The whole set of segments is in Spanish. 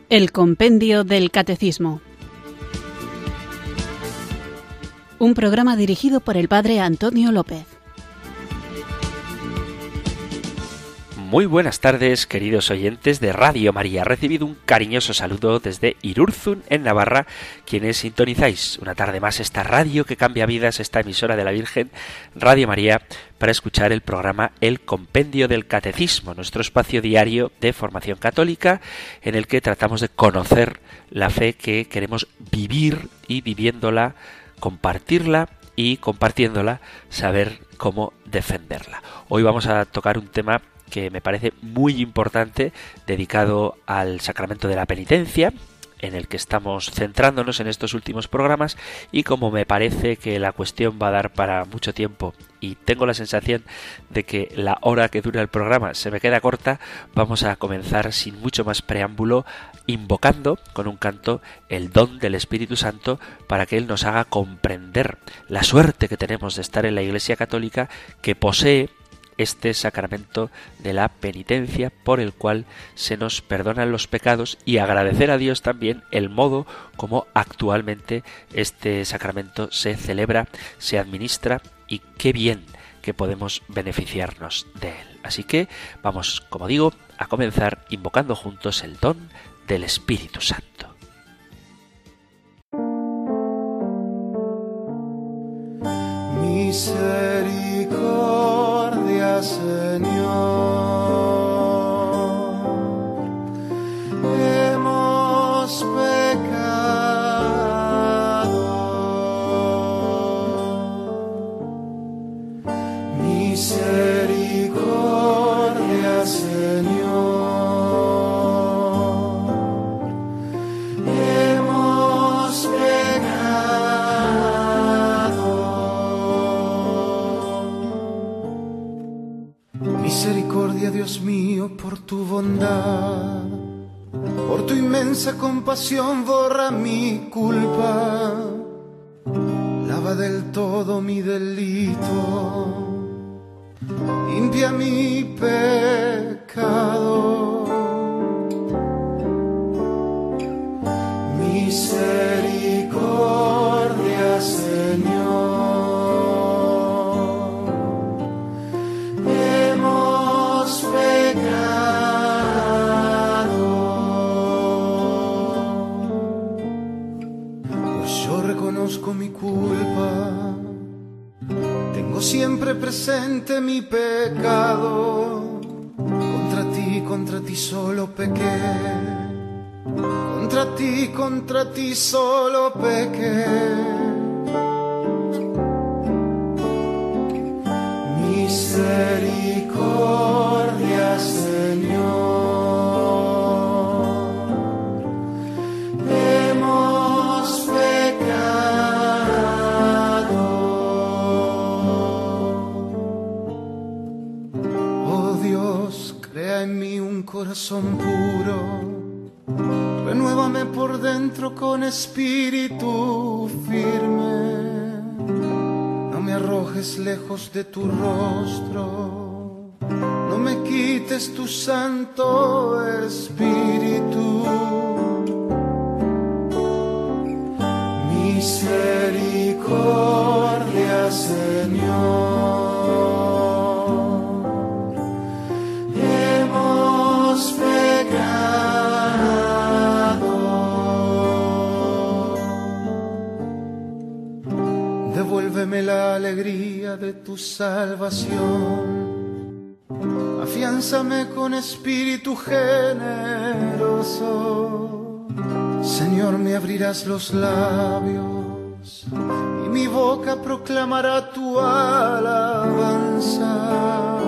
El Compendio del Catecismo. Un programa dirigido por el Padre Antonio López. Muy buenas tardes, queridos oyentes de Radio María. Recibido un cariñoso saludo desde Irurzun, en Navarra, quienes sintonizáis una tarde más esta radio que cambia vidas, esta emisora de la Virgen, Radio María, para escuchar el programa El Compendio del Catecismo, nuestro espacio diario de formación católica, en el que tratamos de conocer la fe que queremos vivir y viviéndola, compartirla y compartiéndola, saber cómo defenderla. Hoy vamos a tocar un tema que me parece muy importante, dedicado al sacramento de la penitencia, en el que estamos centrándonos en estos últimos programas, y como me parece que la cuestión va a dar para mucho tiempo y tengo la sensación de que la hora que dura el programa se me queda corta, vamos a comenzar sin mucho más preámbulo, invocando con un canto el don del Espíritu Santo para que Él nos haga comprender la suerte que tenemos de estar en la Iglesia Católica, que posee este sacramento de la penitencia por el cual se nos perdonan los pecados, y agradecer a Dios también el modo como actualmente este sacramento se celebra, se administra, y qué bien que podemos beneficiarnos de él. Así que vamos, como digo, a comenzar invocando juntos el don del Espíritu Santo. Misericordia, Señor, hemos pecado. Misericordia, Señor, hemos pecado. Misericordia, Dios mío, por tu bondad, por tu inmensa compasión, borra mi culpa, lava del todo mi delito, limpia mi pecado. Misericordia, Señor, hemos pecado. Pues yo reconozco mi culpa, tengo siempre presente mi pecado. Contra ti solo pequé, contra ti solo pequé. Misericordia, Señor, hemos pecado. Oh Dios, crea en mí un corazón puro, renuévame por dentro con espíritu firme. No me arrojes lejos de tu rostro, no me quites tu Santo Espíritu. Misericordia, Señor, hemos pecado. Devuélveme la alegría de tu salvación, afiánzame con espíritu generoso. Señor, me abrirás los labios y mi boca proclamará tu alabanza.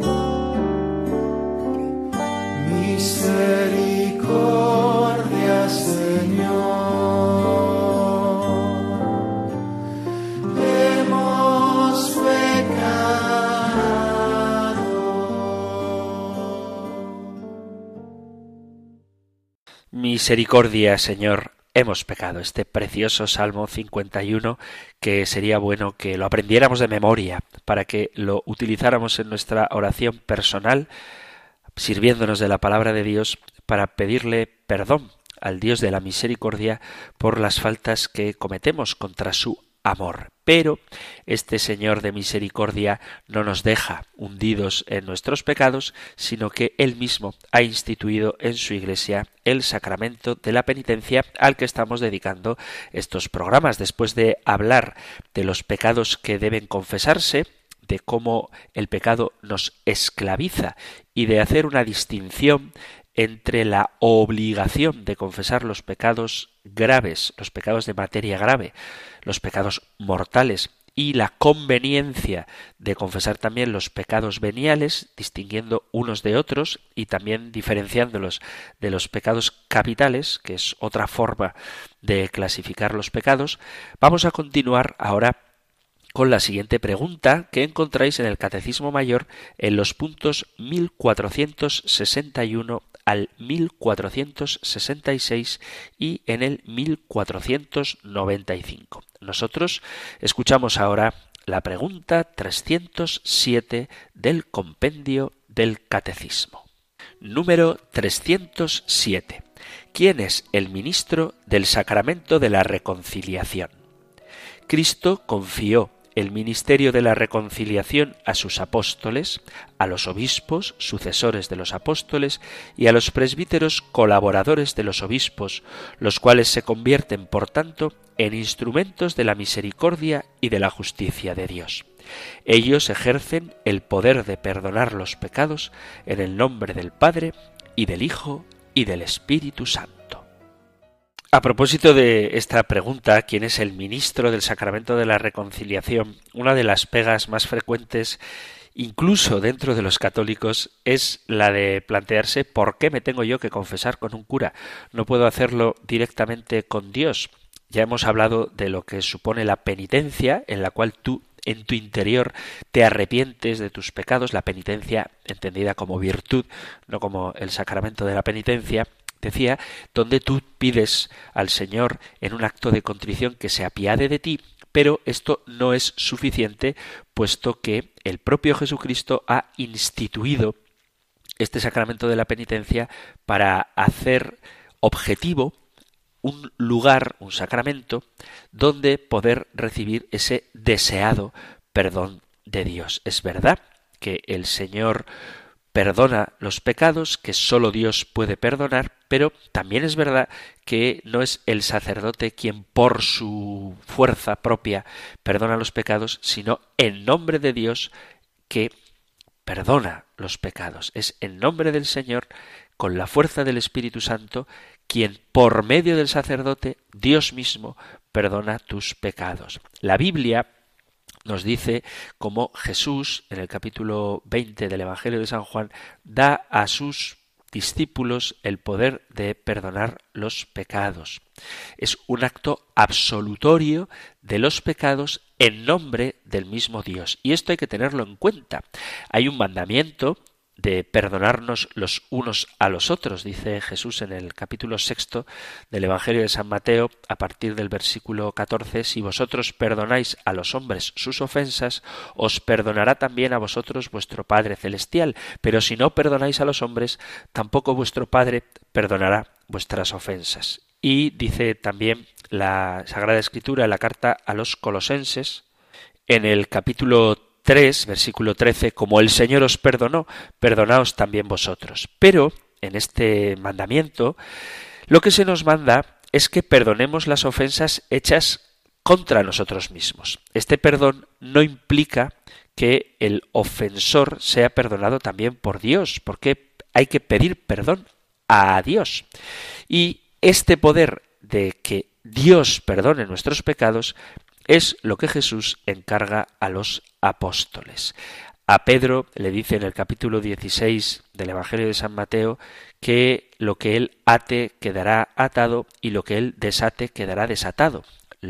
Misericordia, Señor, hemos pecado. Misericordia, Señor, hemos pecado. Este precioso Salmo 51, que sería bueno que lo aprendiéramos de memoria para que lo utilizáramos en nuestra oración personal, sirviéndonos de la palabra de Dios para pedirle perdón al Dios de la misericordia por las faltas que cometemos contra su amor. Pero este Señor de misericordia no nos deja hundidos en nuestros pecados, sino que Él mismo ha instituido en su Iglesia el sacramento de la penitencia, al que estamos dedicando estos programas. Después de hablar de los pecados que deben confesarse, de cómo el pecado nos esclaviza y de hacer una distinción entre la obligación de confesar los pecados graves, los pecados de materia grave, los pecados mortales, y la conveniencia de confesar también los pecados veniales, distinguiendo unos de otros y también diferenciándolos de los pecados capitales, que es otra forma de clasificar los pecados, vamos a continuar ahora con la siguiente pregunta que encontráis en el Catecismo Mayor en los puntos 1461 al 1466 y en el 1495. Nosotros escuchamos ahora la pregunta 307 del compendio del Catecismo. Número 307. ¿Quién es el ministro del sacramento de la reconciliación? Cristo confió el ministerio de la reconciliación a sus apóstoles, a los obispos, sucesores de los apóstoles, y a los presbíteros, colaboradores de los obispos, los cuales se convierten, por tanto, en instrumentos de la misericordia y de la justicia de Dios. Ellos ejercen el poder de perdonar los pecados en el nombre del Padre, y del Hijo, y del Espíritu Santo. A propósito de esta pregunta, ¿quién es el ministro del sacramento de la reconciliación? Una de las pegas más frecuentes, incluso dentro de los católicos, es la de plantearse ¿por qué me tengo yo que confesar con un cura? ¿No puedo hacerlo directamente con Dios? Ya hemos hablado de lo que supone la penitencia, en la cual tú en tu interior te arrepientes de tus pecados, la penitencia entendida como virtud, no como el sacramento de la penitencia, decía, donde tú pides al Señor en un acto de contrición que se apiade de ti, pero esto no es suficiente, puesto que el propio Jesucristo ha instituido este sacramento de la penitencia para hacer objetivo un lugar, un sacramento, donde poder recibir ese deseado perdón de Dios. Es verdad que el Señor perdona los pecados, que solo Dios puede perdonar, pero también es verdad que no es el sacerdote quien por su fuerza propia perdona los pecados, sino en nombre de Dios que perdona los pecados. Es en nombre del Señor, con la fuerza del Espíritu Santo, quien por medio del sacerdote, Dios mismo, perdona tus pecados. La Biblia nos dice cómo Jesús, en el capítulo 20 del Evangelio de San Juan, da a sus discípulos el poder de perdonar los pecados. Es un acto absolutorio de los pecados en nombre del mismo Dios. Y esto hay que tenerlo en cuenta. Hay un mandamiento de perdonarnos los unos a los otros, dice Jesús en el capítulo 6 del Evangelio de San Mateo, a partir del versículo 14, si vosotros perdonáis a los hombres sus ofensas, os perdonará también a vosotros vuestro Padre Celestial, pero si no perdonáis a los hombres, tampoco vuestro Padre perdonará vuestras ofensas. Y dice también la Sagrada Escritura en la carta a los Colosenses, en el capítulo 3, versículo 13, como el Señor os perdonó, perdonaos también vosotros. Pero en este mandamiento, lo que se nos manda es que perdonemos las ofensas hechas contra nosotros mismos. Este perdón no implica que el ofensor sea perdonado también por Dios, porque hay que pedir perdón a Dios. Y este poder de que Dios perdone nuestros pecados es lo que Jesús encarga a los apóstoles. A Pedro le dice en el capítulo 16 del Evangelio de San Mateo que lo que él ate quedará atado y lo que él desate quedará desatado.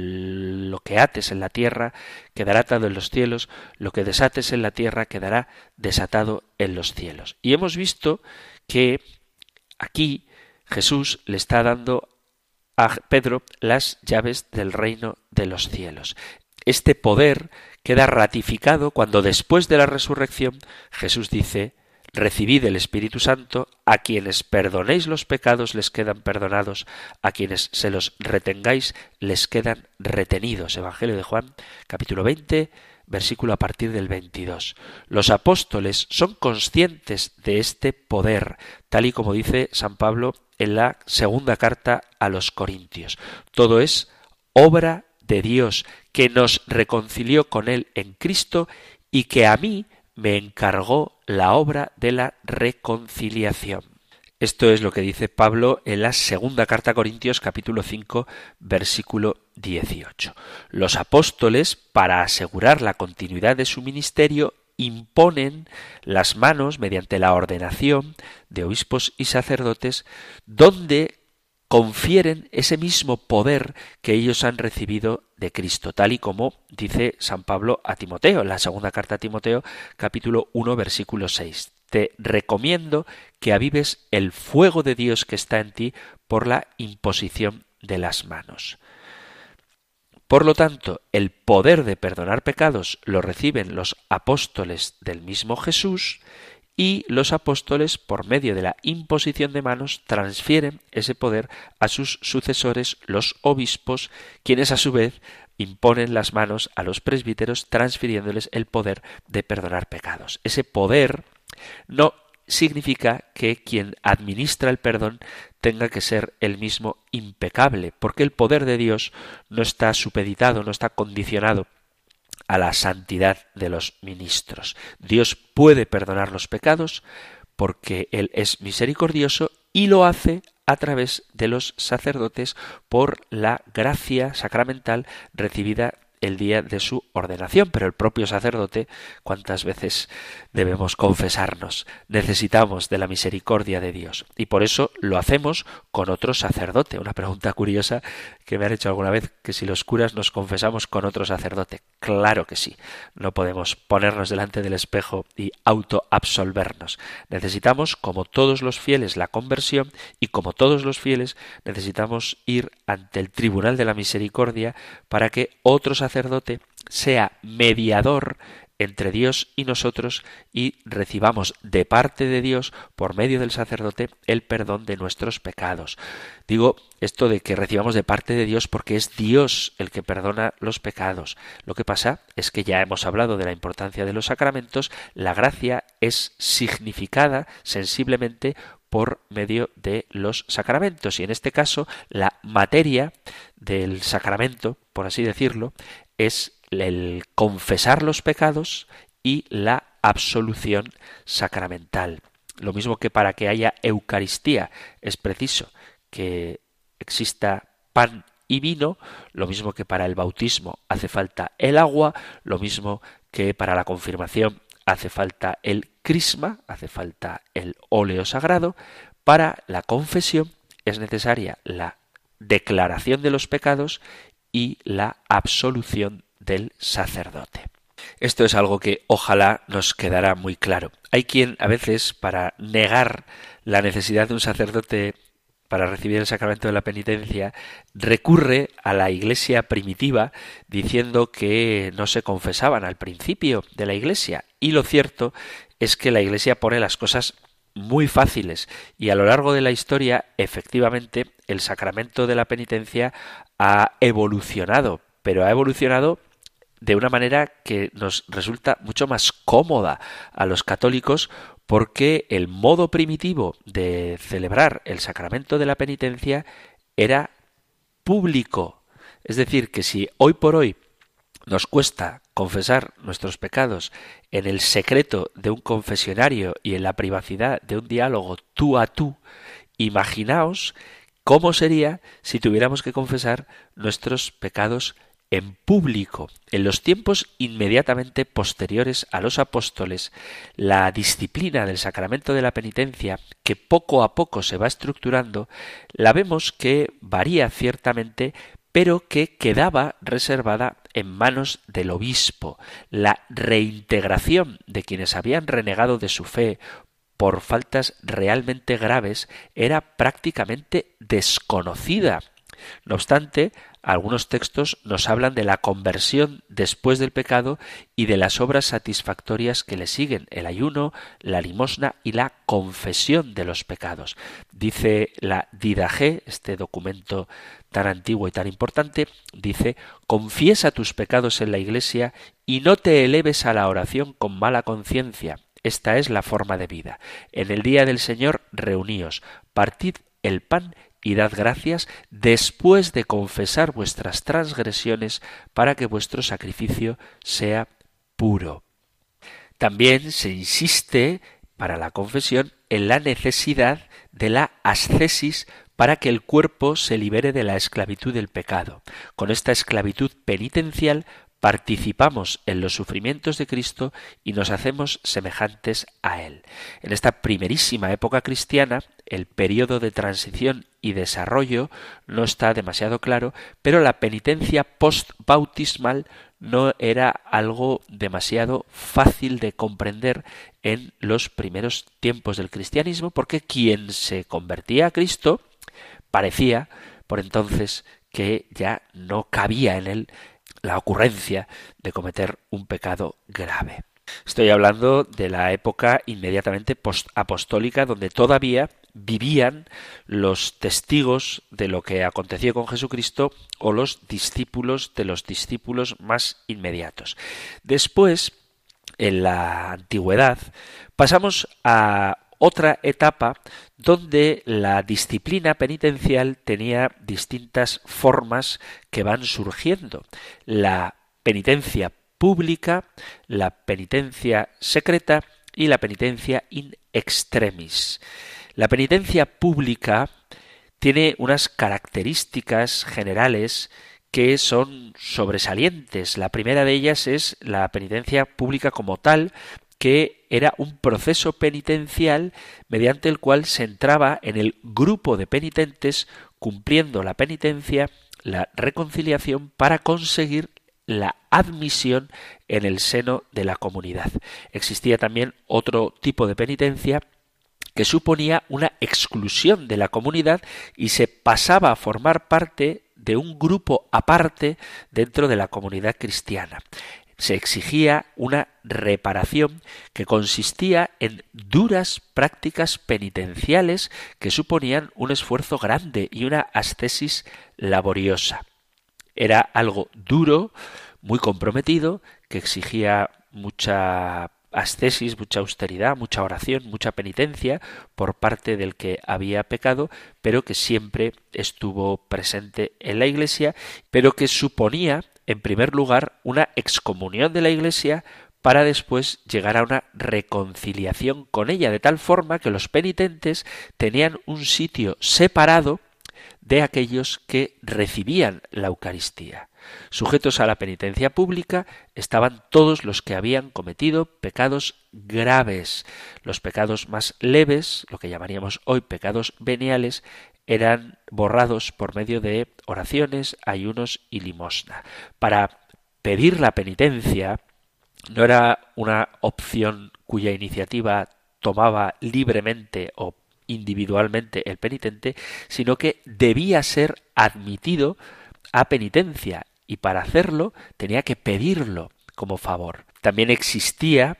Lo que ates en la tierra quedará atado en los cielos, lo que desates en la tierra quedará desatado en los cielos. Y hemos visto que aquí Jesús le está dando a Pedro las llaves del reino de los cielos. Este poder queda ratificado cuando después de la resurrección Jesús dice: recibid el Espíritu Santo, a quienes perdonéis los pecados les quedan perdonados, a quienes se los retengáis les quedan retenidos. Evangelio de Juan, capítulo 20, versículo a partir del 22. Los apóstoles son conscientes de este poder, tal y como dice San Pablo en la segunda carta a los Corintios. Todo es obra de Dios, que nos reconcilió con Él en Cristo y que a mí me encargó la obra de la reconciliación. Esto es lo que dice Pablo en la segunda carta a Corintios, capítulo 5, versículo 18. Los apóstoles, para asegurar la continuidad de su ministerio, imponen las manos mediante la ordenación de obispos y sacerdotes, donde confieren ese mismo poder que ellos han recibido de Cristo, tal y como dice San Pablo a Timoteo, en la segunda carta a Timoteo, capítulo 1, versículo 6. Te recomiendo que avives el fuego de Dios que está en ti por la imposición de las manos. Por lo tanto, el poder de perdonar pecados lo reciben los apóstoles del mismo Jesús y los apóstoles, por medio de la imposición de manos, transfieren ese poder a sus sucesores, los obispos, quienes a su vez imponen las manos a los presbíteros, transfiriéndoles el poder de perdonar pecados. Ese poder no significa que quien administra el perdón tenga que ser el mismo impecable, porque el poder de Dios no está supeditado, no está condicionado a la santidad de los ministros. Dios puede perdonar los pecados porque Él es misericordioso y lo hace a través de los sacerdotes por la gracia sacramental recibida el día de su ordenación, pero el propio sacerdote, ¿cuántas veces debemos confesarnos? Necesitamos de la misericordia de Dios y por eso lo hacemos con otro sacerdote. Una pregunta curiosa que me han hecho alguna vez, que si los curas nos confesamos con otro sacerdote. Claro que sí, no podemos ponernos delante del espejo y autoabsolvernos. Necesitamos, como todos los fieles, la conversión y como todos los fieles necesitamos ir ante el tribunal de la misericordia para que otro sacerdote sea mediador entre Dios y nosotros y recibamos de parte de Dios, por medio del sacerdote, el perdón de nuestros pecados. Digo esto de que recibamos de parte de Dios porque es Dios el que perdona los pecados. Lo que pasa es que ya hemos hablado de la importancia de los sacramentos. La gracia es significada sensiblemente por medio de los sacramentos y en este caso la materia del sacramento, por así decirlo, es el confesar los pecados y la absolución sacramental. Lo mismo que para que haya Eucaristía es preciso que exista pan y vino, lo mismo que para el bautismo hace falta el agua, lo mismo que para la confirmación hace falta el crisma, hace falta el óleo sagrado. Para la confesión es necesaria la declaración de los pecados y la absolución del sacerdote. Esto es algo que ojalá nos quedara muy claro. Hay quien a veces, para negar la necesidad de un sacerdote para recibir el sacramento de la penitencia, recurre a la Iglesia primitiva diciendo que no se confesaban al principio de la Iglesia. Y lo cierto es que la Iglesia pone las cosas muy fáciles y a lo largo de la historia, efectivamente, el sacramento de la penitencia ha evolucionado, pero ha evolucionado de una manera que nos resulta mucho más cómoda a los católicos porque el modo primitivo de celebrar el sacramento de la penitencia era público. Es decir, que si hoy por hoy nos cuesta confesar nuestros pecados en el secreto de un confesionario y en la privacidad de un diálogo tú a tú, imaginaos cómo sería si tuviéramos que confesar nuestros pecados en público. En los tiempos inmediatamente posteriores a los apóstoles, la disciplina del sacramento de la penitencia, que poco a poco se va estructurando, la vemos que varía ciertamente, pero que quedaba reservada en manos del obispo. La reintegración de quienes habían renegado de su fe por faltas realmente graves era prácticamente desconocida. No obstante, algunos textos nos hablan de la conversión después del pecado y de las obras satisfactorias que le siguen, el ayuno, la limosna y la confesión de los pecados. Dice la Didaché, este documento tan antiguo y tan importante, dice: confiesa tus pecados en la Iglesia y no te eleves a la oración con mala conciencia. Esta es la forma de vida. En el día del Señor reuníos, partid el pan y dad gracias después de confesar vuestras transgresiones para que vuestro sacrificio sea puro. También se insiste para la confesión en la necesidad de la ascesis para que el cuerpo se libere de la esclavitud del pecado. Con esta esclavitud penitencial participamos en los sufrimientos de Cristo y nos hacemos semejantes a Él. En esta primerísima época cristiana, el periodo de transición y desarrollo no está demasiado claro, pero la penitencia postbautismal no era algo demasiado fácil de comprender en los primeros tiempos del cristianismo, porque quien se convertía a Cristo parecía, por entonces, que ya no cabía en él la ocurrencia de cometer un pecado grave. Estoy hablando de la época inmediatamente postapostólica, donde todavía vivían los testigos de lo que aconteció con Jesucristo o los discípulos de los discípulos más inmediatos. Después, en la antigüedad, pasamos a otra etapa donde la disciplina penitencial tenía distintas formas que van surgiendo. La penitencia pública, la penitencia secreta y la penitencia in extremis. La penitencia pública tiene unas características generales que son sobresalientes. La primera de ellas es la penitencia pública como tal, que era un proceso penitencial mediante el cual se entraba en el grupo de penitentes cumpliendo la penitencia, la reconciliación para conseguir la admisión en el seno de la comunidad. Existía también otro tipo de penitencia que suponía una exclusión de la comunidad y se pasaba a formar parte de un grupo aparte dentro de la comunidad cristiana. Se exigía una reparación que consistía en duras prácticas penitenciales que suponían un esfuerzo grande y una ascesis laboriosa. Era algo duro, muy comprometido, que exigía mucha ascesis, mucha austeridad, mucha oración, mucha penitencia por parte del que había pecado, pero que siempre estuvo presente en la Iglesia, pero que suponía, en primer lugar, una excomunión de la Iglesia para después llegar a una reconciliación con ella, de tal forma que los penitentes tenían un sitio separado de aquellos que recibían la Eucaristía. Sujetos a la penitencia pública estaban todos los que habían cometido pecados graves. Los pecados más leves, lo que llamaríamos hoy pecados veniales, eran borrados por medio de oraciones, ayunos y limosna. Para pedir la penitencia no era una opción cuya iniciativa tomaba libremente o individualmente el penitente, sino que debía ser admitido a penitencia y para hacerlo tenía que pedirlo como favor. También existía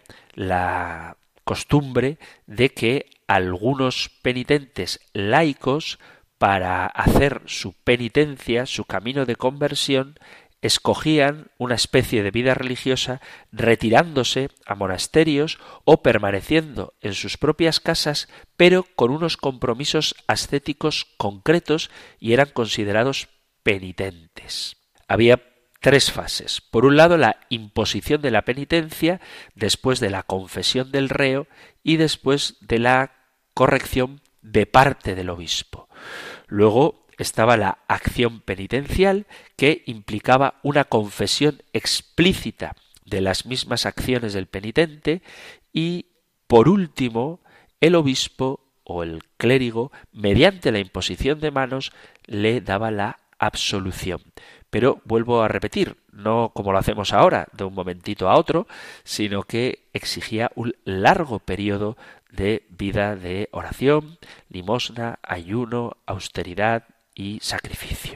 la costumbre de que algunos penitentes laicos, para hacer su penitencia, su camino de conversión, escogían una especie de vida religiosa retirándose a monasterios o permaneciendo en sus propias casas, pero con unos compromisos ascéticos concretos y eran considerados penitentes. Había tres fases. Por un lado, la imposición de la penitencia, después de la confesión del reo y después de la corrección de parte del obispo. Luego estaba la acción penitencial, que implicaba una confesión explícita de las mismas acciones del penitente, y por último el obispo o el clérigo, mediante la imposición de manos, le daba la absolución. Pero vuelvo a repetir, no como lo hacemos ahora, de un momentito a otro, sino que exigía un largo periodo de vida de oración, limosna, ayuno, austeridad y sacrificio.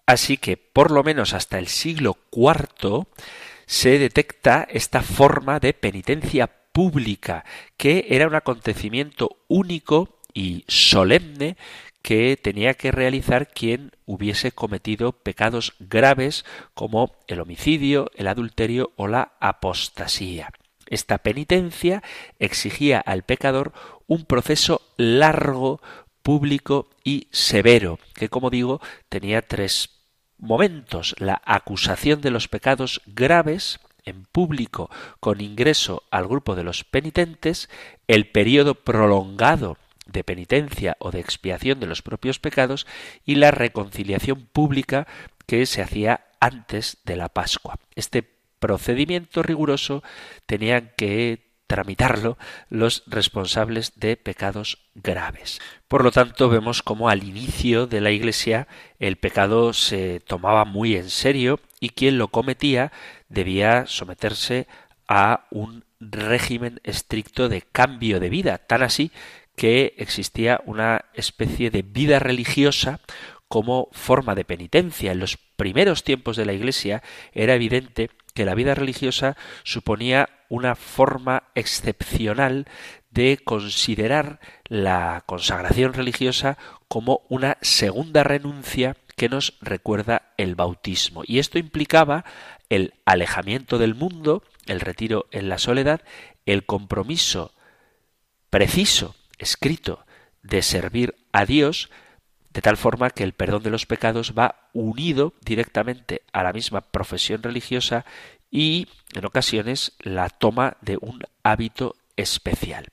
Así que, por lo menos hasta el siglo IV, se detecta esta forma de penitencia pública, que era un acontecimiento único y solemne que tenía que realizar quien hubiese cometido pecados graves como el homicidio, el adulterio o la apostasía. Esta penitencia exigía al pecador un proceso largo, público y severo, que, como digo, tenía tres momentos: la acusación de los pecados graves en público con ingreso al grupo de los penitentes, el periodo prolongado de penitencia o de expiación de los propios pecados y la reconciliación pública que se hacía antes de la Pascua. Este procedimiento riguroso tenían que tramitarlo los responsables de pecados graves. Por lo tanto, vemos cómo al inicio de la Iglesia el pecado se tomaba muy en serio y quien lo cometía debía someterse a un régimen estricto de cambio de vida, tan así que existía una especie de vida religiosa como forma de penitencia. En los primeros tiempos de la Iglesia era evidente que la vida religiosa suponía una forma excepcional de considerar la consagración religiosa como una segunda renuncia que nos recuerda el bautismo. Y esto implicaba el alejamiento del mundo, el retiro en la soledad, el compromiso preciso, escrito, de servir a Dios, de tal forma que el perdón de los pecados va unido directamente a la misma profesión religiosa y, en ocasiones, la toma de un hábito especial.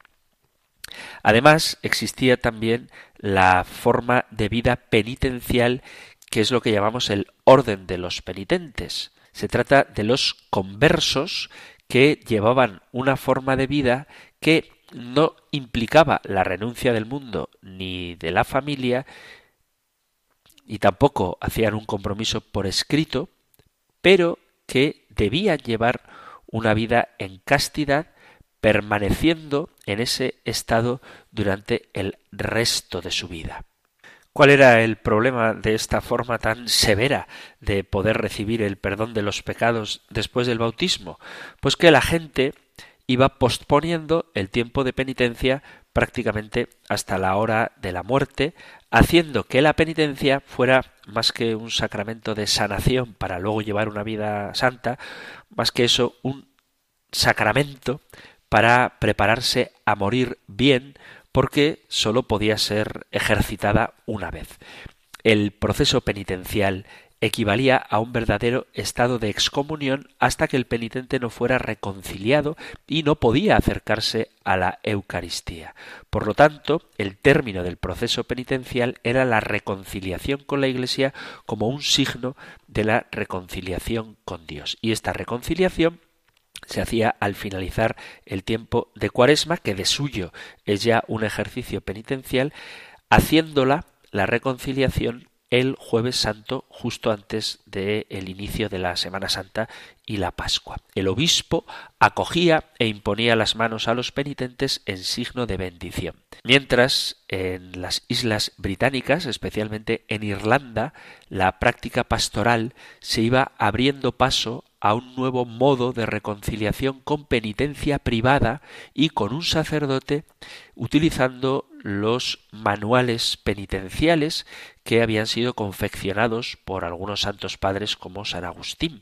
Además, existía también la forma de vida penitencial, que es lo que llamamos el orden de los penitentes. Se trata de los conversos que llevaban una forma de vida que no implicaba la renuncia del mundo ni de la familia, y tampoco hacían un compromiso por escrito, pero que debían llevar una vida en castidad, permaneciendo en ese estado durante el resto de su vida. ¿Cuál era el problema de esta forma tan severa de poder recibir el perdón de los pecados después del bautismo? Pues que la gente iba posponiendo el tiempo de penitencia prácticamente hasta la hora de la muerte, haciendo que la penitencia fuera más que un sacramento de sanación para luego llevar una vida santa, más que eso, un sacramento para prepararse a morir bien, porque sólo podía ser ejercitada una vez. El proceso penitencial equivalía a un verdadero estado de excomunión hasta que el penitente no fuera reconciliado y no podía acercarse a la Eucaristía. Por lo tanto, el término del proceso penitencial era la reconciliación con la Iglesia como un signo de la reconciliación con Dios. Y esta reconciliación se hacía al finalizar el tiempo de Cuaresma, que de suyo es ya un ejercicio penitencial, haciéndola la reconciliación el Jueves Santo, justo antes del inicio de la Semana Santa y la Pascua. El obispo acogía e imponía las manos a los penitentes en signo de bendición. Mientras en las islas británicas, especialmente en Irlanda, la práctica pastoral se iba abriendo paso a un nuevo modo de reconciliación con penitencia privada y con un sacerdote utilizando los manuales penitenciales que habían sido confeccionados por algunos santos padres como San Agustín.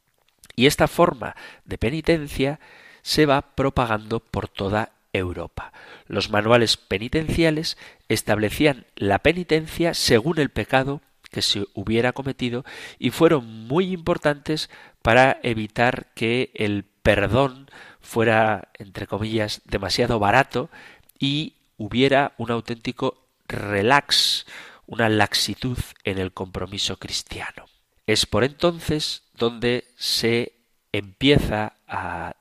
Y esta forma de penitencia se va propagando por toda Europa. Los manuales penitenciales establecían la penitencia según el pecado que se hubiera cometido y fueron muy importantes para evitar que el perdón fuera, entre comillas, demasiado barato y hubiera un auténtico relax, una laxitud en el compromiso cristiano. Es por entonces donde se empieza a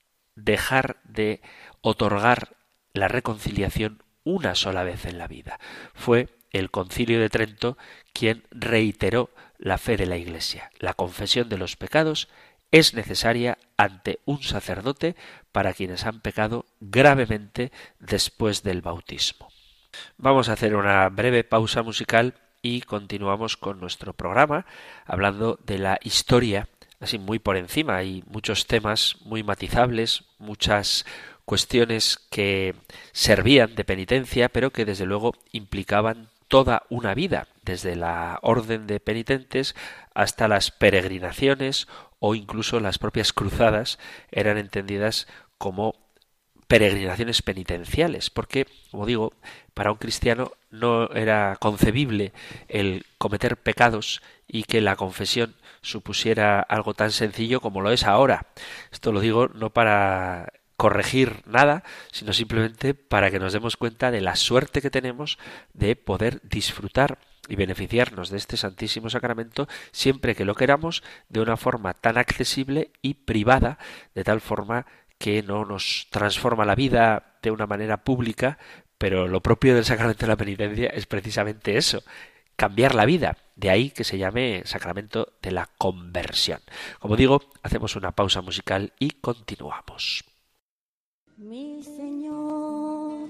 dejar de otorgar la reconciliación una sola vez en la vida. Fue el Concilio de Trento quien reiteró la fe de la Iglesia. La confesión de los pecados es necesaria ante un sacerdote para quienes han pecado gravemente después del bautismo. Vamos a hacer una breve pausa musical y continuamos con nuestro programa hablando de la historia, así muy por encima. Hay muchos temas muy matizables, muchas cuestiones que servían de penitencia, pero que desde luego implicaban toda una vida, desde la orden de penitentes hasta las peregrinaciones o incluso las propias cruzadas eran entendidas como peregrinaciones penitenciales, porque, como digo, para un cristiano no era concebible el cometer pecados y que la confesión supusiera algo tan sencillo como lo es ahora. Esto lo digo no para corregir nada, sino simplemente para que nos demos cuenta de la suerte que tenemos de poder disfrutar y beneficiarnos de este Santísimo Sacramento siempre que lo queramos, de una forma tan accesible y privada, de tal forma que no nos transforma la vida de una manera pública, pero lo propio del sacramento de la penitencia es precisamente eso, cambiar la vida. De ahí que se llame sacramento de la conversión. Como digo, hacemos una pausa musical y continuamos. Mi Señor,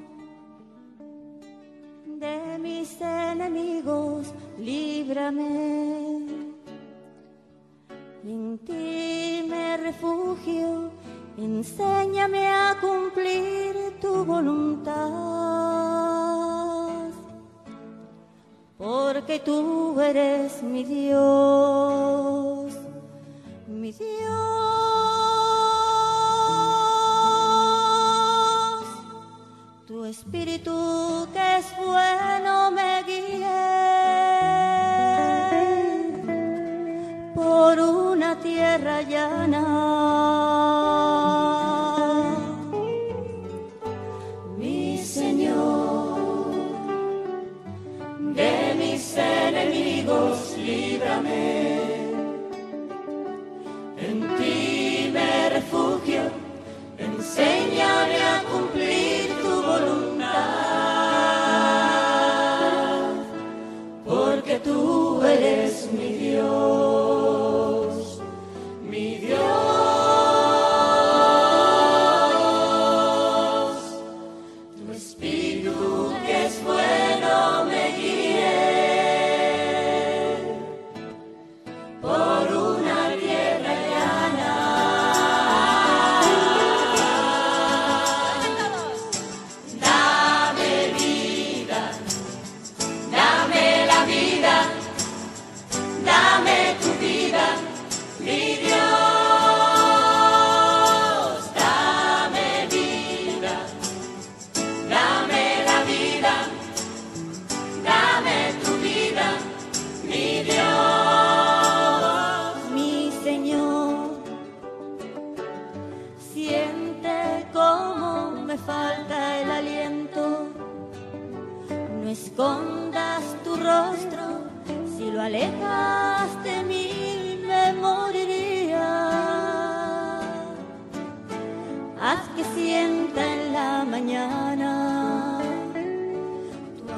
de mis enemigos, líbrame. En ti me refugio. Enséñame a cumplir tu voluntad, porque tú eres mi Dios, mi Dios. Tu Espíritu que es bueno me guíe por una tierra llana. Líbrame, en ti me refugio, enséñame a cumplir tu voluntad, porque tú eres mi Dios, mi Dios. Tu Espíritu que es bueno me guíe por una tierra llana. Dame vida, dame la vida, dame tu vida, mi Dios. Dame vida, dame la vida, dame tu vida, mi Dios. Falta el aliento, no escondas tu rostro, si lo alejas de mí me moriría. Haz que sienta en la mañana tu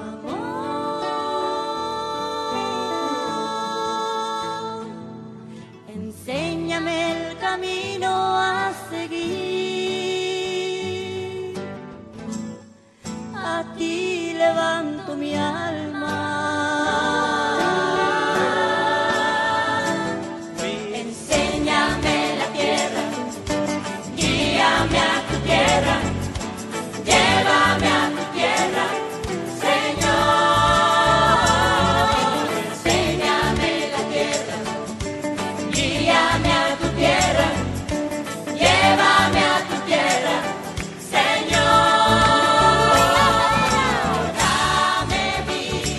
amor. Enséñame el camino a seguir. A ti levanto mi alma. Enséñame la tierra, guíame a tu tierra, llévame a tu tierra, Señor. Enséñame la tierra, guíame a tu tierra, llévame a tu tierra, Señor. Dame vida.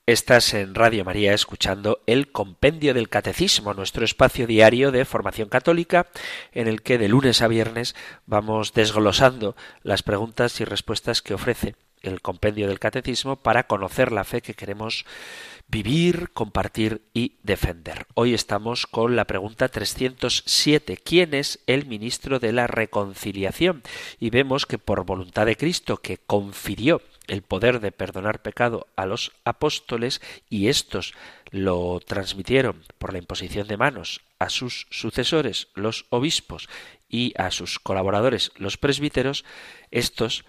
Estás en Radio María escuchando el Compendio del Catecismo, nuestro espacio diario de formación católica, en el que de lunes a viernes vamos desglosando las preguntas y respuestas que ofrece el Compendio del Catecismo para conocer la fe que queremos vivir, compartir y defender. Hoy estamos con la pregunta 307. ¿Quién es el ministro de la reconciliación? Y vemos que por voluntad de Cristo, que confirió el poder de perdonar pecado a los apóstoles, y estos lo transmitieron por la imposición de manos a sus sucesores, los obispos, y a sus colaboradores, los presbíteros, estos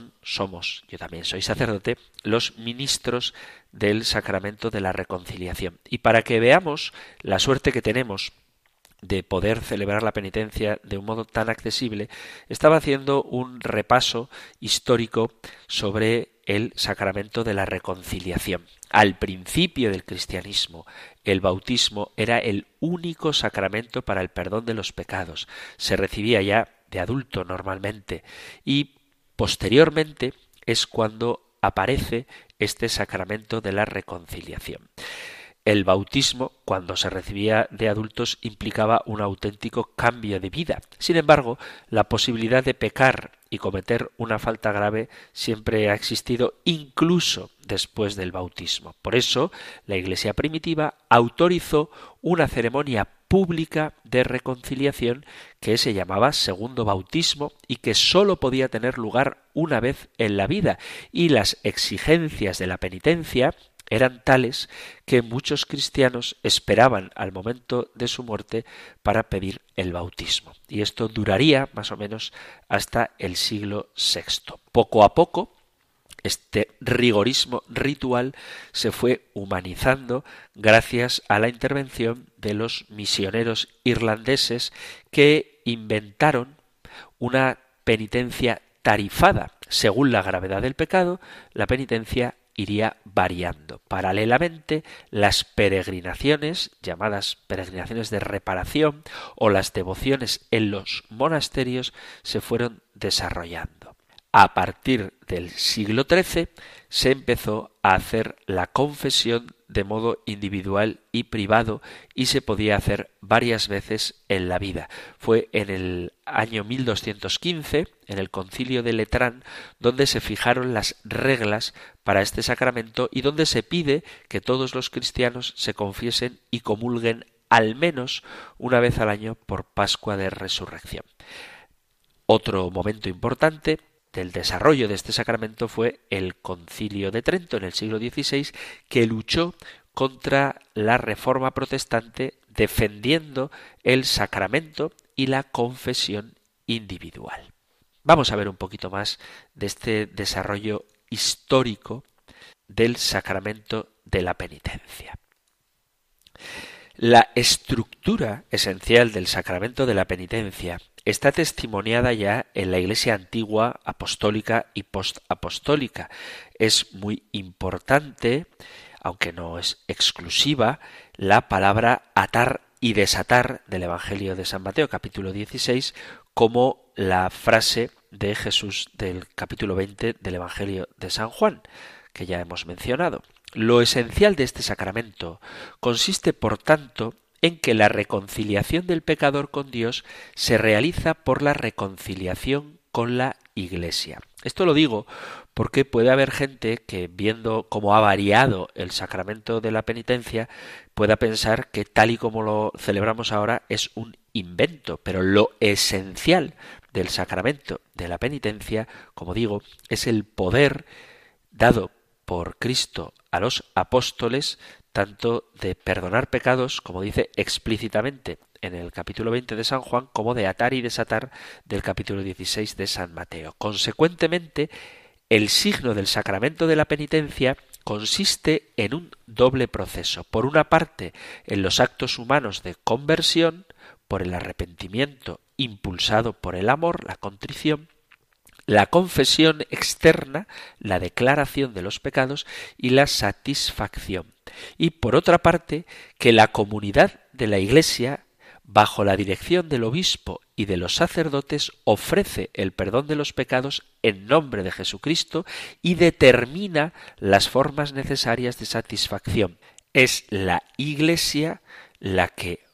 somos, yo también soy sacerdote, los ministros del sacramento de la reconciliación. Y para que veamos la suerte que tenemos de poder celebrar la penitencia de un modo tan accesible, estaba haciendo un repaso histórico sobre el sacramento de la reconciliación. Al principio del cristianismo, el bautismo era el único sacramento para el perdón de los pecados. Se recibía ya de adulto normalmente y posteriormente es cuando aparece este sacramento de la reconciliación. El bautismo, cuando se recibía de adultos, implicaba un auténtico cambio de vida. Sin embargo, la posibilidad de pecar y cometer una falta grave siempre ha existido, incluso después del bautismo. Por eso, la Iglesia primitiva autorizó una ceremonia pública de reconciliación que se llamaba segundo bautismo y que sólo podía tener lugar una vez en la vida, y las exigencias de la penitencia eran tales que muchos cristianos esperaban al momento de su muerte para pedir el bautismo. Y esto duraría más o menos hasta el siglo VI. Poco a poco, este rigorismo ritual se fue humanizando gracias a la intervención de los misioneros irlandeses que inventaron una penitencia tarifada. Según la gravedad del pecado, la penitencia iría variando. Paralelamente, las peregrinaciones, llamadas peregrinaciones de reparación, o las devociones en los monasterios se fueron desarrollando. A partir del siglo XIII se empezó a hacer la confesión de modo individual y privado, y se podía hacer varias veces en la vida. Fue en el año 1215, en el Concilio de Letrán, donde se fijaron las reglas para este sacramento y donde se pide que todos los cristianos se confiesen y comulguen al menos una vez al año por Pascua de Resurrección. Otro momento importante del desarrollo de este sacramento fue el Concilio de Trento en el siglo XVI, que luchó contra la Reforma protestante defendiendo el sacramento y la confesión individual. Vamos a ver un poquito más de este desarrollo histórico del sacramento de la penitencia. La estructura esencial del sacramento de la penitencia está testimoniada ya en la Iglesia antigua, apostólica y postapostólica. Es muy importante, aunque no es exclusiva, la palabra atar y desatar del Evangelio de San Mateo, capítulo 16, como la frase de Jesús del capítulo 20 del Evangelio de San Juan, que ya hemos mencionado. Lo esencial de este sacramento consiste, por tanto, en que la reconciliación del pecador con Dios se realiza por la reconciliación con la Iglesia. Esto lo digo porque puede haber gente que, viendo cómo ha variado el sacramento de la penitencia, pueda pensar que tal y como lo celebramos ahora es un invento, pero lo esencial del sacramento de la penitencia, como digo, es el poder dado por Cristo a los apóstoles, tanto de perdonar pecados, como dice explícitamente en el capítulo 20 de San Juan, como de atar y desatar del capítulo 16 de San Mateo. Consecuentemente, el signo del sacramento de la penitencia consiste en un doble proceso. Por una parte, en los actos humanos de conversión, por el arrepentimiento impulsado por el amor, la contrición, la confesión externa, la declaración de los pecados y la satisfacción. Y por otra parte, que la comunidad de la Iglesia bajo la dirección del obispo y de los sacerdotes, ofrece el perdón de los pecados en nombre de Jesucristo y determina las formas necesarias de satisfacción. Es la Iglesia la que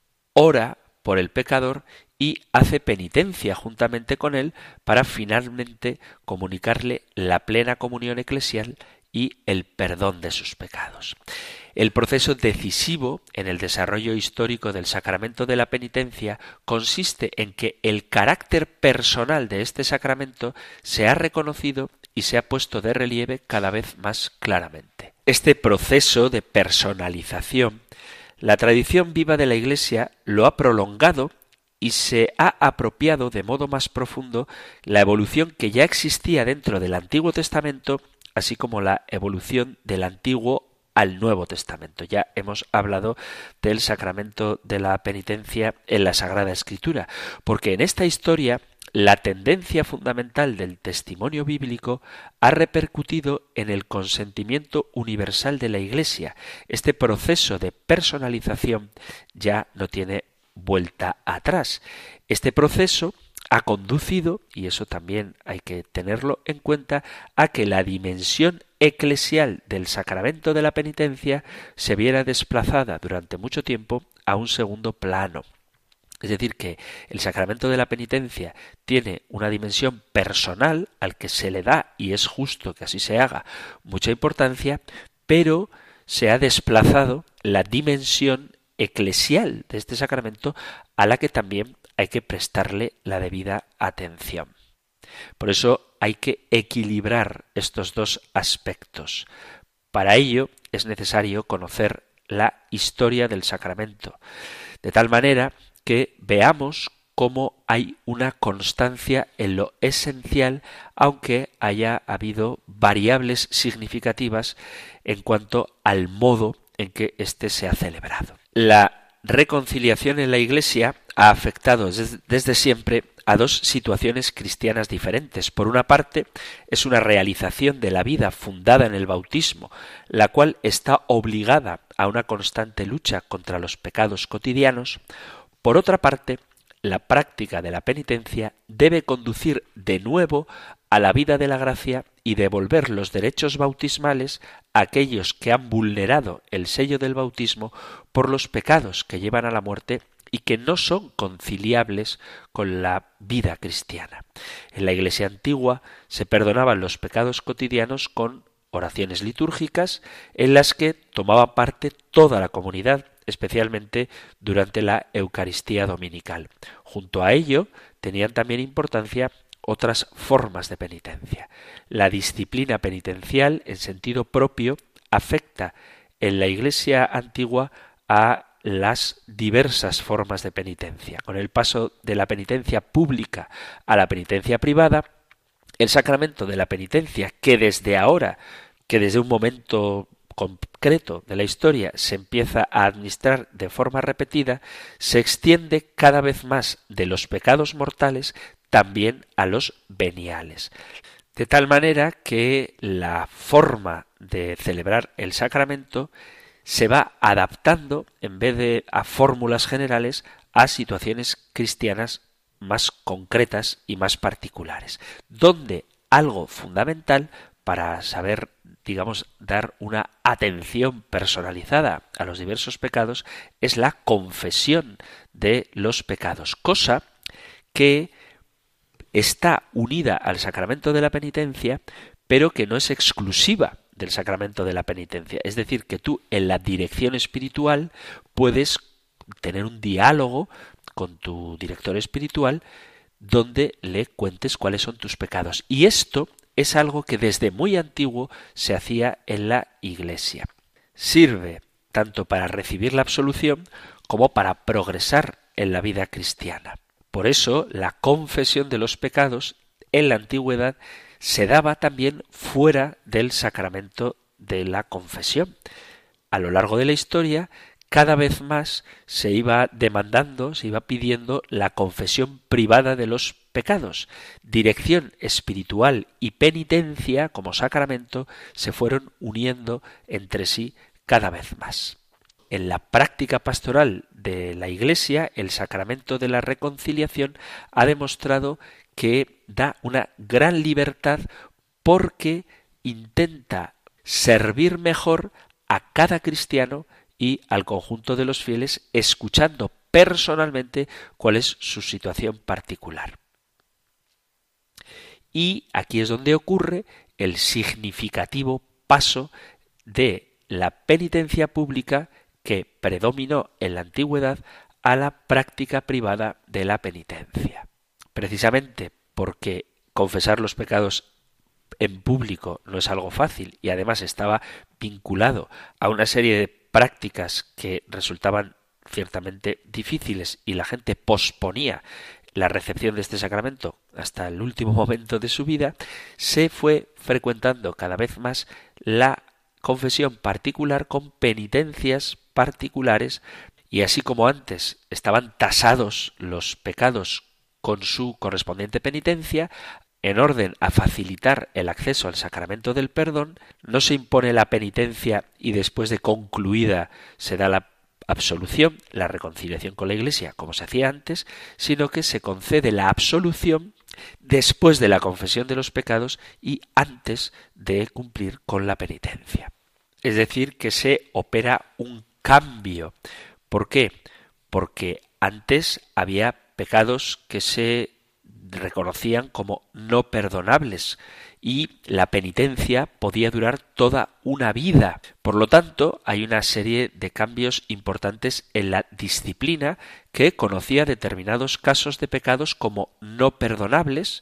ora por el pecador y hace penitencia juntamente con él para finalmente comunicarle la plena comunión eclesial y el perdón de sus pecados. El proceso decisivo en el desarrollo histórico del sacramento de la penitencia consiste en que el carácter personal de este sacramento se ha reconocido y se ha puesto de relieve cada vez más claramente. Este proceso de personalización, la tradición viva de la Iglesia lo ha prolongado y se ha apropiado de modo más profundo la evolución que ya existía dentro del Antiguo Testamento, así como la evolución del Antiguo al Nuevo Testamento. Ya hemos hablado del sacramento de la penitencia en la Sagrada Escritura, porque en esta historia la tendencia fundamental del testimonio bíblico ha repercutido en el consentimiento universal de la Iglesia. Este proceso de personalización ya no tiene vuelta atrás. Este proceso ha conducido, y eso también hay que tenerlo en cuenta, a que la dimensión eclesial del sacramento de la penitencia se viera desplazada durante mucho tiempo a un segundo plano. Es decir, que el sacramento de la penitencia tiene una dimensión personal al que se le da, y es justo que así se haga, mucha importancia, pero se ha desplazado la dimensión eclesial de este sacramento a la que también hay que prestarle la debida atención. Por eso hay que equilibrar estos dos aspectos. Para ello es necesario conocer la historia del sacramento, de tal manera que veamos cómo hay una constancia en lo esencial, aunque haya habido variables significativas en cuanto al modo en que éste se ha celebrado. La reconciliación en la Iglesia ha afectado desde siempre a dos situaciones cristianas diferentes. Por una parte, es una realización de la vida fundada en el bautismo, la cual está obligada a una constante lucha contra los pecados cotidianos. Por otra parte, la práctica de la penitencia debe conducir de nuevo a la vida de la gracia y devolver los derechos bautismales a aquellos que han vulnerado el sello del bautismo por los pecados que llevan a la muerte y que no son conciliables con la vida cristiana. En la Iglesia antigua se perdonaban los pecados cotidianos con oraciones litúrgicas en las que tomaba parte toda la comunidad, especialmente durante la Eucaristía dominical. Junto a ello tenían también importancia otras formas de penitencia. La disciplina penitencial, en sentido propio, afecta en la Iglesia antigua a las diversas formas de penitencia. Con el paso de la penitencia pública a la penitencia privada, el sacramento de la penitencia, que desde un momento concreto de la historia se empieza a administrar de forma repetida, se extiende cada vez más de los pecados mortales también a los veniales. De tal manera que la forma de celebrar el sacramento se va adaptando, en vez de a fórmulas generales, a situaciones cristianas más concretas y más particulares, donde algo fundamental para saber, dar una atención personalizada a los diversos pecados es la confesión de los pecados, cosa que está unida al sacramento de la penitencia, pero que no es exclusiva del sacramento de la penitencia. Es decir, que tú en la dirección espiritual puedes tener un diálogo con tu director espiritual donde le cuentes cuáles son tus pecados. Y esto es algo que desde muy antiguo se hacía en la Iglesia. Sirve tanto para recibir la absolución como para progresar en la vida cristiana. Por eso la confesión de los pecados en la antigüedad se daba también fuera del sacramento de la confesión. A lo largo de la historia, cada vez más se iba demandando, se iba pidiendo la confesión privada de los pecados. Dirección espiritual y penitencia como sacramento se fueron uniendo entre sí cada vez más. En la práctica pastoral de la Iglesia, el sacramento de la reconciliación, ha demostrado que da una gran libertad porque intenta servir mejor a cada cristiano y al conjunto de los fieles, escuchando personalmente cuál es su situación particular. Y aquí es donde ocurre el significativo paso de la penitencia pública que predominó en la antigüedad a la práctica privada de la penitencia. Precisamente porque confesar los pecados en público no es algo fácil y además estaba vinculado a una serie de prácticas que resultaban ciertamente difíciles y la gente posponía la recepción de este sacramento hasta el último momento de su vida, se fue frecuentando cada vez más la confesión particular con penitencias particulares, y así como antes estaban tasados los pecados con su correspondiente penitencia, en orden a facilitar el acceso al sacramento del perdón, no se impone la penitencia y después de concluida se da la absolución, la reconciliación con la Iglesia, como se hacía antes, sino que se concede la absolución después de la confesión de los pecados y antes de cumplir con la penitencia. Es decir, que se opera un cambio. ¿Por qué? Porque antes había pecados que se reconocían como no perdonables y la penitencia podía durar toda una vida. Por lo tanto, hay una serie de cambios importantes en la disciplina que conocía determinados casos de pecados como no perdonables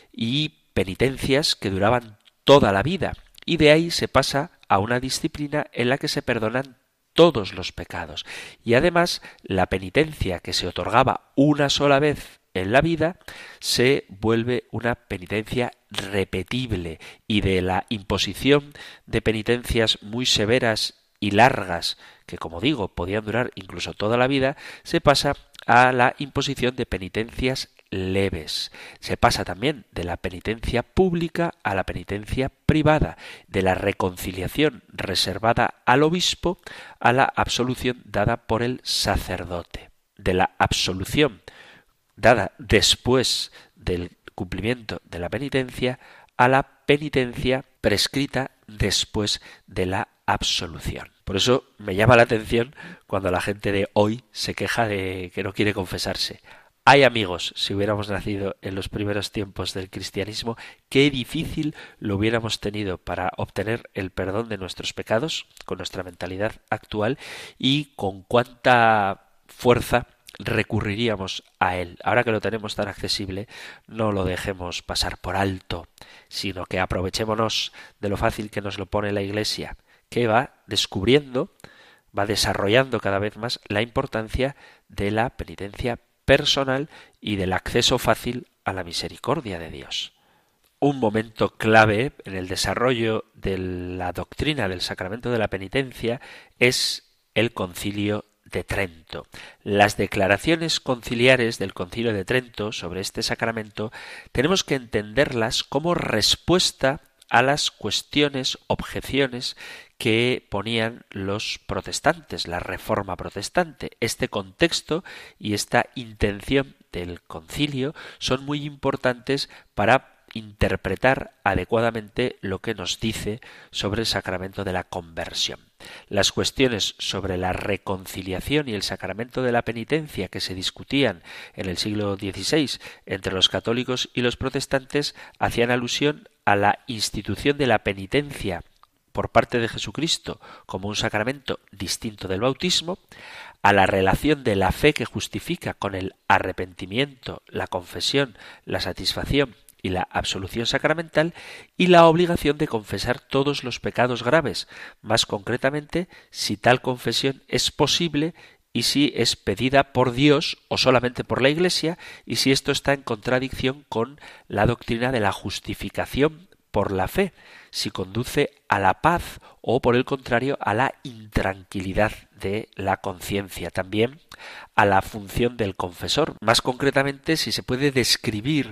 y penitencias que duraban toda la vida. Y de ahí se pasa a una disciplina en la que se perdonan todos los pecados. Y además, la penitencia que se otorgaba una sola vez en la vida se vuelve una penitencia repetible, y de la imposición de penitencias muy severas y largas, que como digo podían durar incluso toda la vida, se pasa a la imposición de penitencias leves. Se pasa también de la penitencia pública a la penitencia privada, de la reconciliación reservada al obispo a la absolución dada por el sacerdote, de la absolución dada después del cumplimiento de la penitencia a la penitencia prescrita después de la absolución. Por eso me llama la atención cuando la gente de hoy se queja de que no quiere confesarse. Ay, amigos, si hubiéramos nacido en los primeros tiempos del cristianismo, qué difícil lo hubiéramos tenido para obtener el perdón de nuestros pecados con nuestra mentalidad actual y con cuánta fuerza recurriríamos a él. Ahora que lo tenemos tan accesible, no lo dejemos pasar por alto, sino que aprovechémonos de lo fácil que nos lo pone la Iglesia, que va descubriendo, va desarrollando cada vez más la importancia de la penitencia personal y del acceso fácil a la misericordia de Dios. Un momento clave en el desarrollo de la doctrina del sacramento de la penitencia es el Concilio de Trento. Las declaraciones conciliares del Concilio de Trento sobre este sacramento tenemos que entenderlas como respuesta a las cuestiones, objeciones que ponían los protestantes, la Reforma protestante. Este contexto y esta intención del concilio son muy importantes para interpretar adecuadamente lo que nos dice sobre el sacramento de la conversión. Las cuestiones sobre la reconciliación y el sacramento de la penitencia que se discutían en el siglo XVI entre los católicos y los protestantes hacían alusión a la institución de la penitencia por parte de Jesucristo como un sacramento distinto del bautismo, a la relación de la fe que justifica con el arrepentimiento, la confesión, la satisfacción y la absolución sacramental, y la obligación de confesar todos los pecados graves, más concretamente si tal confesión es posible y si es pedida por Dios o solamente por la Iglesia, y si esto está en contradicción con la doctrina de la justificación por la fe, si conduce a la paz o por el contrario a la intranquilidad de la conciencia. También a la función del confesor, más concretamente si se puede describir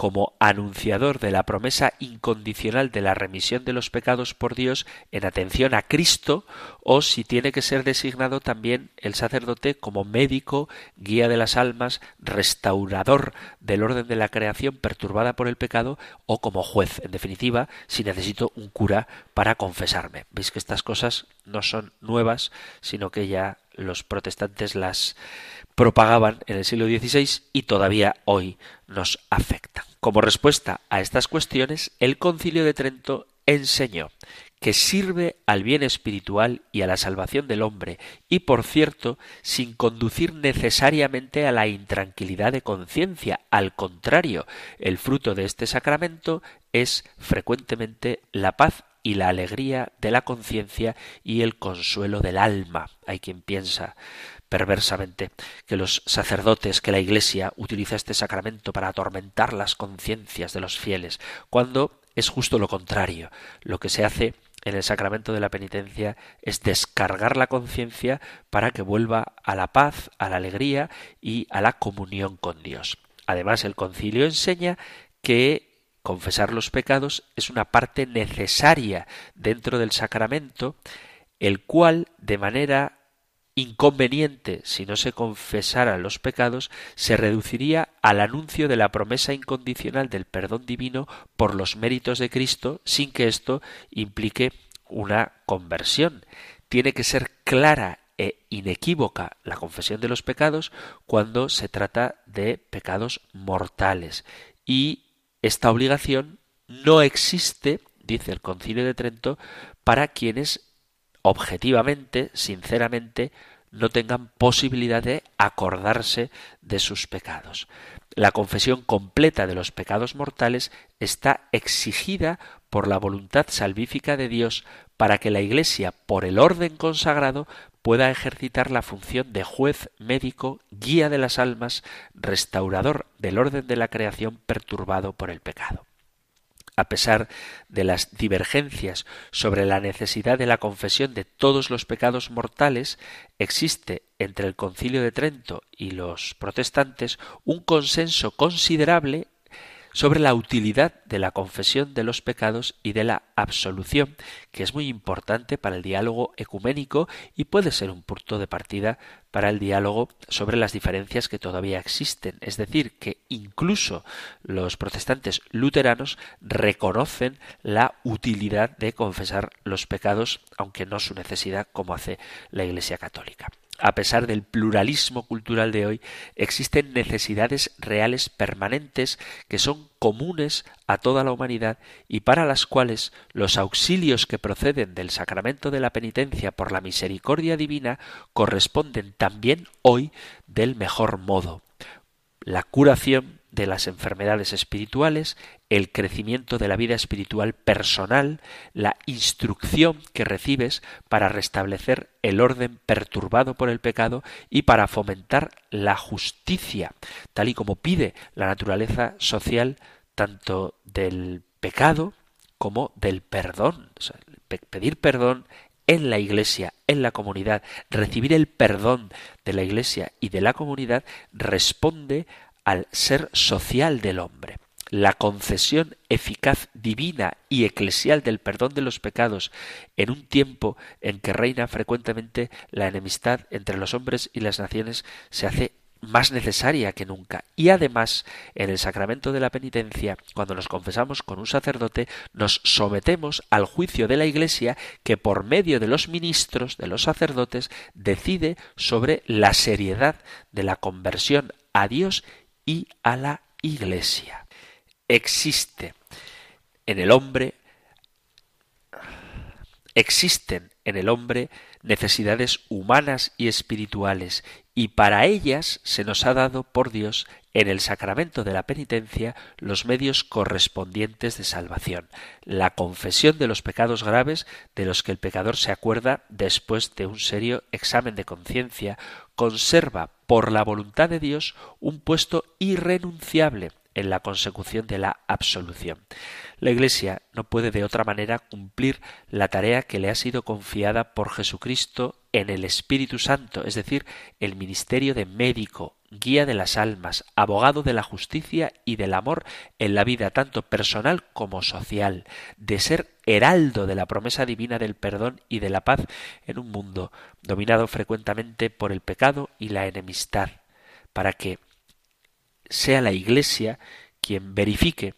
como anunciador de la promesa incondicional de la remisión de los pecados por Dios en atención a Cristo, o si tiene que ser designado también el sacerdote como médico, guía de las almas, restaurador del orden de la creación perturbada por el pecado, o como juez. En definitiva, si necesito un cura para confesarme. Veis que estas cosas no son nuevas, sino que ya los protestantes las propagaban en el siglo XVI y todavía hoy nos afectan. Como respuesta a estas cuestiones, el Concilio de Trento enseñó que sirve al bien espiritual y a la salvación del hombre, y por cierto, sin conducir necesariamente a la intranquilidad de conciencia. Al contrario, el fruto de este sacramento es frecuentemente la paz y la alegría de la conciencia y el consuelo del alma. Hay quien piensa perversamente que los sacerdotes, que la Iglesia utiliza este sacramento para atormentar las conciencias de los fieles, cuando es justo lo contrario. Lo que se hace en el sacramento de la penitencia es descargar la conciencia para que vuelva a la paz, a la alegría y a la comunión con Dios. Además, el concilio enseña que confesar los pecados es una parte necesaria dentro del sacramento, el cual, de manera inconveniente, si no se confesaran los pecados, se reduciría al anuncio de la promesa incondicional del perdón divino por los méritos de Cristo, sin que esto implique una conversión. Tiene que ser clara e inequívoca la confesión de los pecados cuando se trata de pecados mortales. Y esta obligación no existe, dice el Concilio de Trento, para quienes objetivamente, sinceramente, no tengan posibilidad de acordarse de sus pecados. La confesión completa de los pecados mortales está exigida por la voluntad salvífica de Dios para que la Iglesia, por el orden consagrado, pueda ejercitar la función de juez, médico, guía de las almas, restaurador del orden de la creación perturbado por el pecado. A pesar de las divergencias sobre la necesidad de la confesión de todos los pecados mortales, existe entre el Concilio de Trento y los protestantes un consenso considerable sobre la utilidad de la confesión de los pecados y de la absolución, que es muy importante para el diálogo ecuménico y puede ser un punto de partida para el diálogo sobre las diferencias que todavía existen. Es decir, que incluso los protestantes luteranos reconocen la utilidad de confesar los pecados, aunque no su necesidad, como hace la Iglesia católica. A pesar del pluralismo cultural de hoy, existen necesidades reales permanentes que son comunes a toda la humanidad y para las cuales los auxilios que proceden del sacramento de la penitencia por la misericordia divina corresponden también hoy del mejor modo. La curación de las enfermedades espirituales, el crecimiento de la vida espiritual personal, la instrucción que recibes para restablecer el orden perturbado por el pecado y para fomentar la justicia, tal y como pide la naturaleza social tanto del pecado como del perdón. O sea, pedir perdón en la Iglesia, en la comunidad, recibir el perdón de la Iglesia y de la comunidad responde al ser social del hombre. La concesión eficaz divina y eclesial del perdón de los pecados en un tiempo en que reina frecuentemente la enemistad entre los hombres y las naciones se hace más necesaria que nunca. Y además, en el sacramento de la penitencia, cuando nos confesamos con un sacerdote, nos sometemos al juicio de la Iglesia que por medio de los ministros, de los sacerdotes, decide sobre la seriedad de la conversión a Dios y a la Iglesia. Existen en el hombre necesidades humanas y espirituales, y para ellas se nos ha dado por Dios en el sacramento de la penitencia los medios correspondientes de salvación. La confesión de los pecados graves de los que el pecador se acuerda después de un serio examen de conciencia conserva por la voluntad de Dios un puesto irrenunciable en la consecución de la absolución. La Iglesia no puede de otra manera cumplir la tarea que le ha sido confiada por Jesucristo en el Espíritu Santo, es decir, el ministerio de médico, guía de las almas, abogado de la justicia y del amor en la vida tanto personal como social, de ser heraldo de la promesa divina del perdón y de la paz en un mundo dominado frecuentemente por el pecado y la enemistad, para que sea la Iglesia quien verifique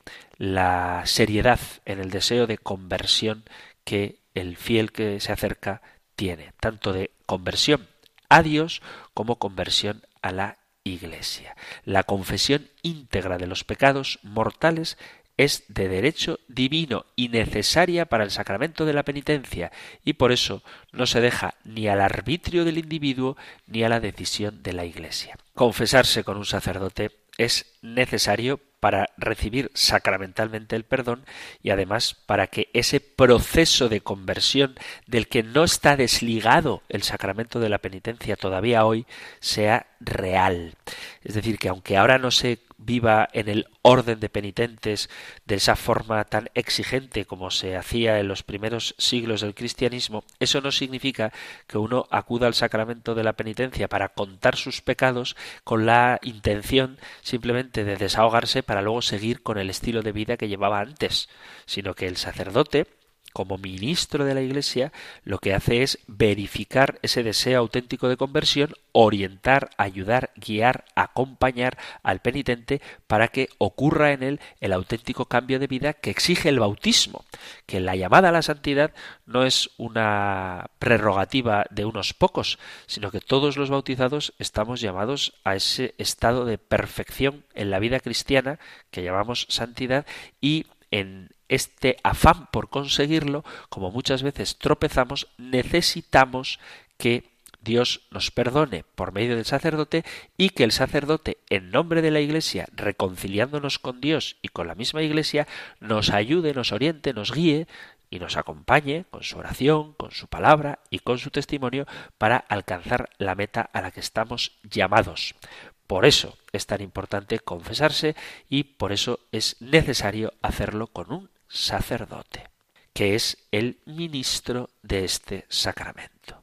la seriedad en el deseo de conversión que el fiel que se acerca tiene, tanto de conversión a Dios como conversión a la Iglesia. La confesión íntegra de los pecados mortales es de derecho divino y necesaria para el sacramento de la penitencia, y por eso no se deja ni al arbitrio del individuo ni a la decisión de la Iglesia. Confesarse con un sacerdote es necesario para recibir sacramentalmente el perdón y además para que ese proceso de conversión del que no está desligado el sacramento de la penitencia todavía hoy sea real. Es decir, que aunque ahora no se viva en el orden de penitentes de esa forma tan exigente como se hacía en los primeros siglos del cristianismo, eso no significa que uno acuda al sacramento de la penitencia para contar sus pecados con la intención simplemente de desahogarse para luego seguir con el estilo de vida que llevaba antes, sino que el sacerdote, como ministro de la Iglesia, lo que hace es verificar ese deseo auténtico de conversión, orientar, ayudar, guiar, acompañar al penitente para que ocurra en él el auténtico cambio de vida que exige el bautismo, que la llamada a la santidad no es una prerrogativa de unos pocos, sino que todos los bautizados estamos llamados a ese estado de perfección en la vida cristiana que llamamos santidad, y en este afán por conseguirlo, como muchas veces tropezamos, necesitamos que Dios nos perdone por medio del sacerdote y que el sacerdote, en nombre de la Iglesia, reconciliándonos con Dios y con la misma Iglesia, nos ayude, nos oriente, nos guíe y nos acompañe con su oración, con su palabra y con su testimonio para alcanzar la meta a la que estamos llamados. Por eso es tan importante confesarse y por eso es necesario hacerlo con un sacerdote, que es el ministro de este sacramento.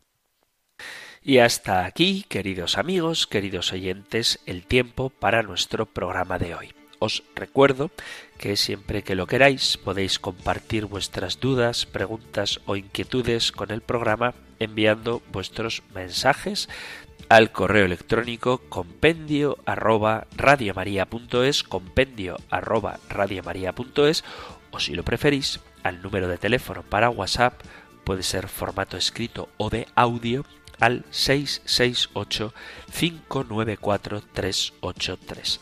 Y hasta aquí, queridos amigos, queridos oyentes, el tiempo para nuestro programa de hoy. Os recuerdo que siempre que lo queráis podéis compartir vuestras dudas, preguntas o inquietudes con el programa enviando vuestros mensajes al correo electrónico compendio@radiomaria.es, compendio@radiomaria.es, o si lo preferís, al número de teléfono para WhatsApp, puede ser formato escrito o de audio, al 668-594-383.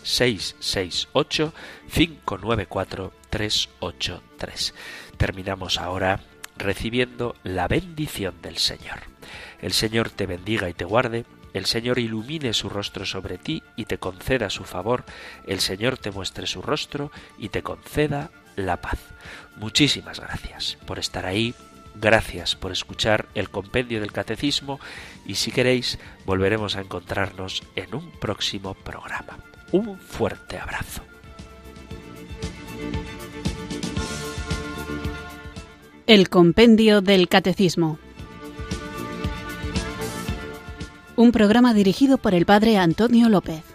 668-594-383. Terminamos ahora recibiendo la bendición del Señor. El Señor te bendiga y te guarde. El Señor ilumine su rostro sobre ti y te conceda su favor. El Señor te muestre su rostro y te conceda la paz. Muchísimas gracias por estar ahí. Gracias por escuchar el compendio del Catecismo y si queréis volveremos a encontrarnos en un próximo programa. Un fuerte abrazo. El compendio del Catecismo. Un programa dirigido por el Padre Antonio López.